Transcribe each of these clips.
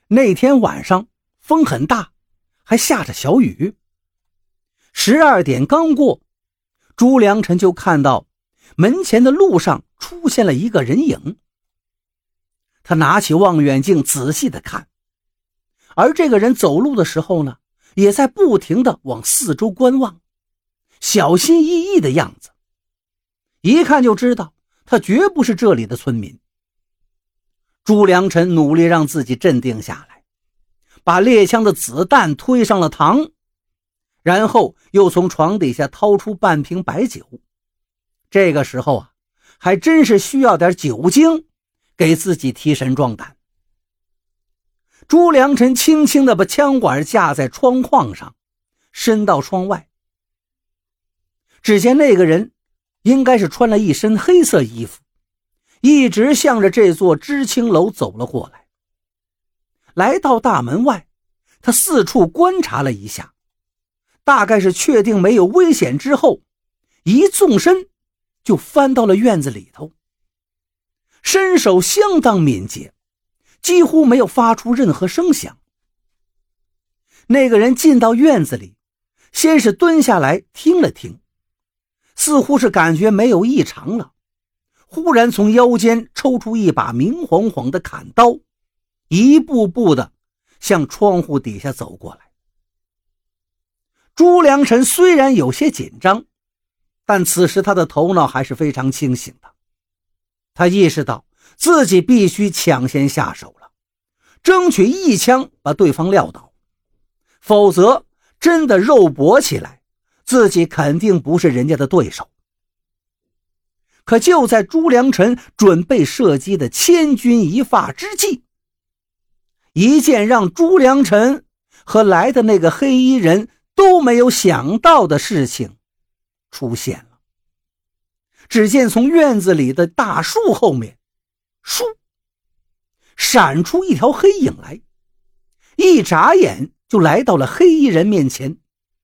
那天晚上风很大，还下着小雨。12点刚过，朱良辰就看到门前的路上出现了一个人影。他拿起望远镜仔细地看，而这个人走路的时候呢，也在不停地往四周观望，小心翼翼的样子，一看就知道他绝不是这里的村民。朱良辰努力让自己镇定下来，把猎枪的子弹推上了膛，然后又从床底下掏出半瓶白酒。这个时候啊，还真是需要点酒精给自己提神壮胆。朱良辰轻轻地把枪管架在窗框上，伸到窗外。只见那个人应该是穿了一身黑色衣服，一直向着这座知青楼走了过来。来到大门外，他四处观察了一下，大概是确定没有危险之后，一纵身就翻到了院子里头。身手相当敏捷，几乎没有发出任何声响。那个人进到院子里，先是蹲下来听了听，似乎是感觉没有异常了，忽然从腰间抽出一把明晃晃的砍刀，一步步的向窗户底下走过来。朱良辰虽然有些紧张，但此时他的头脑还是非常清醒的。他意识到自己必须抢先下手了，争取一枪把对方撂倒，否则真的肉搏起来，自己肯定不是人家的对手。可就在朱良辰准备射击的千钧一发之际，一件让朱良辰和来的那个黑衣人都没有想到的事情出现了。只见从院子里的大树后面，倏，闪出一条黑影来，一眨眼就来到了黑衣人面前。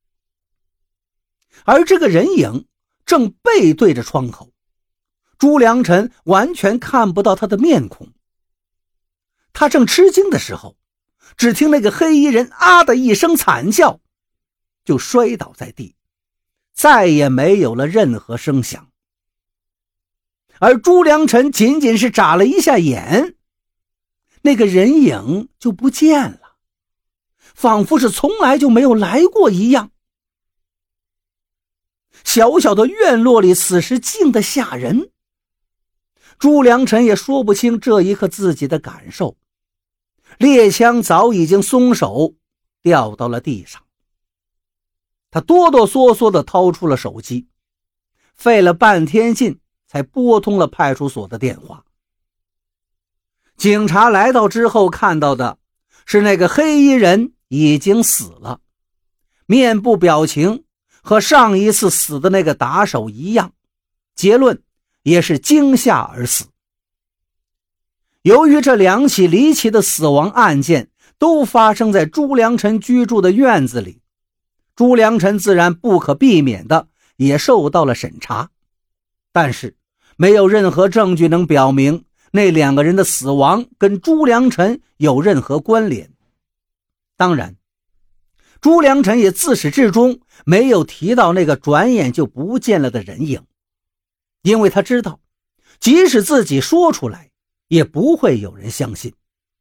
而这个人影正背对着窗口，朱良辰完全看不到他的面孔。他正吃惊的时候，只听那个黑衣人啊的一声惨叫，就摔倒在地，再也没有了任何声响。而朱良辰仅仅是眨了一下眼，那个人影就不见了，仿佛是从来就没有来过一样。小小的院落里此时静得吓人，朱良辰也说不清这一刻自己的感受。猎枪早已经松手，掉到了地上。他哆哆嗦嗦地掏出了手机，费了半天劲才拨通了派出所的电话。警察来到之后看到的是那个黑衣人已经死了，面部表情和上一次死的那个打手一样，结论也是惊吓而死。由于这两起离奇的死亡案件都发生在朱良辰居住的院子里，朱良辰自然不可避免的也受到了审查，但是没有任何证据能表明那两个人的死亡跟朱良辰有任何关联。当然，朱良辰也自始至终没有提到那个转眼就不见了的人影，因为他知道即使自己说出来也不会有人相信。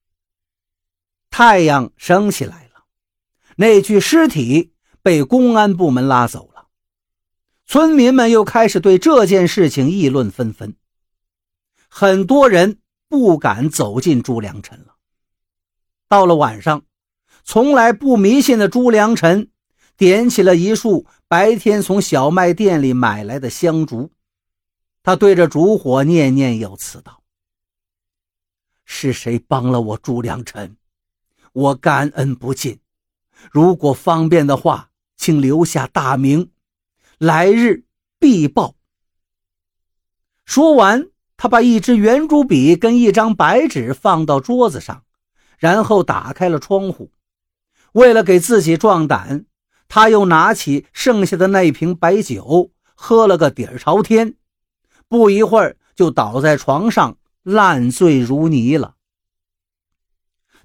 太阳升起来了，那具尸体被公安部门拉走了，村民们又开始对这件事情议论纷纷，很多人不敢走进朱良辰了。到了晚上，从来不迷信的朱良辰点起了一束白天从小卖店里买来的香烛，他对着烛火念念有词道：是谁帮了我朱良辰，我感恩不尽，如果方便的话，请留下大名，来日必报。说完，他把一支圆珠笔跟一张白纸放到桌子上，然后打开了窗户。为了给自己壮胆，他又拿起剩下的那瓶白酒，喝了个底儿朝天，不一会儿就倒在床上烂醉如泥了。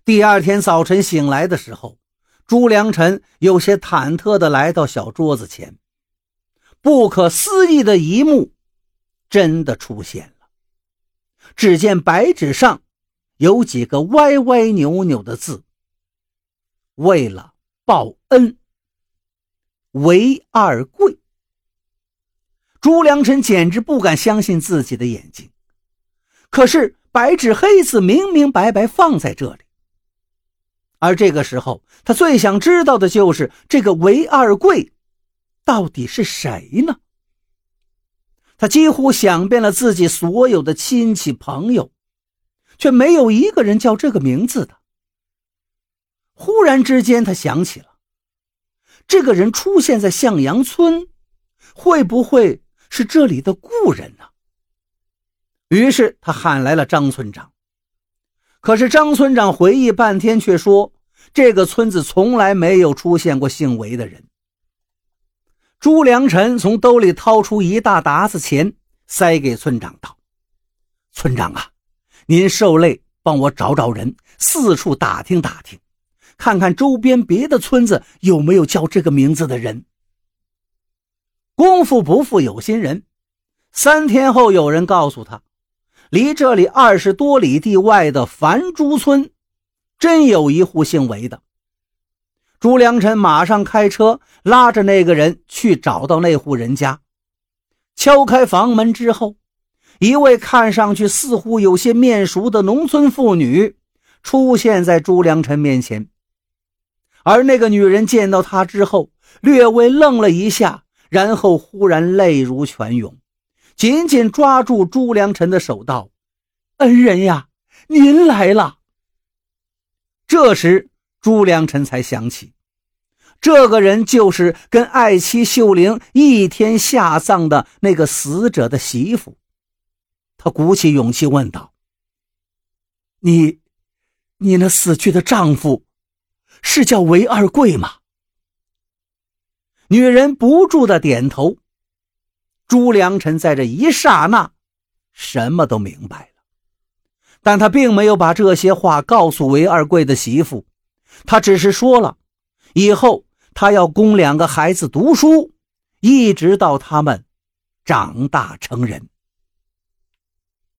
第二天早晨醒来的时候，朱良辰有些忐忑地来到小桌子前。不可思议的一幕真的出现了。只见白纸上有几个歪歪扭扭的字：为了报恩，韦二贵。朱良辰简直不敢相信自己的眼睛，可是白纸黑字明明白白放在这里。而这个时候，他最想知道的就是这个韦二贵到底是谁呢？他几乎想遍了自己所有的亲戚朋友，却没有一个人叫这个名字的。忽然之间他想起了，这个人出现在向阳村，会不会是这里的故人呢？于是他喊来了张村长。可是张村长回忆半天，却说这个村子从来没有出现过姓韦的人。朱良辰从兜里掏出一大沓子钱，塞给村长道：村长啊，您受累帮我找找人，四处打听打听，看看周边别的村子有没有叫这个名字的人。功夫不负有心人，3天后有人告诉他，离这里20多里地外的樊珠村真有一户姓韦的。朱良辰马上开车拉着那个人去找到那户人家。敲开房门之后，一位看上去似乎有些面熟的农村妇女出现在朱良辰面前。而那个女人见到他之后，略微愣了一下，然后忽然泪如泉涌，紧紧抓住朱良辰的手道：恩人呀，您来了。这时朱良辰才想起，这个人就是跟爱妻秀玲一天下葬的那个死者的媳妇。他鼓起勇气问道：你那死去的丈夫是叫韦二贵吗？女人不住地点头。朱良辰在这一刹那什么都明白了，但他并没有把这些话告诉韦二贵的媳妇，他只是说了，以后他要供2个孩子读书，一直到他们长大成人。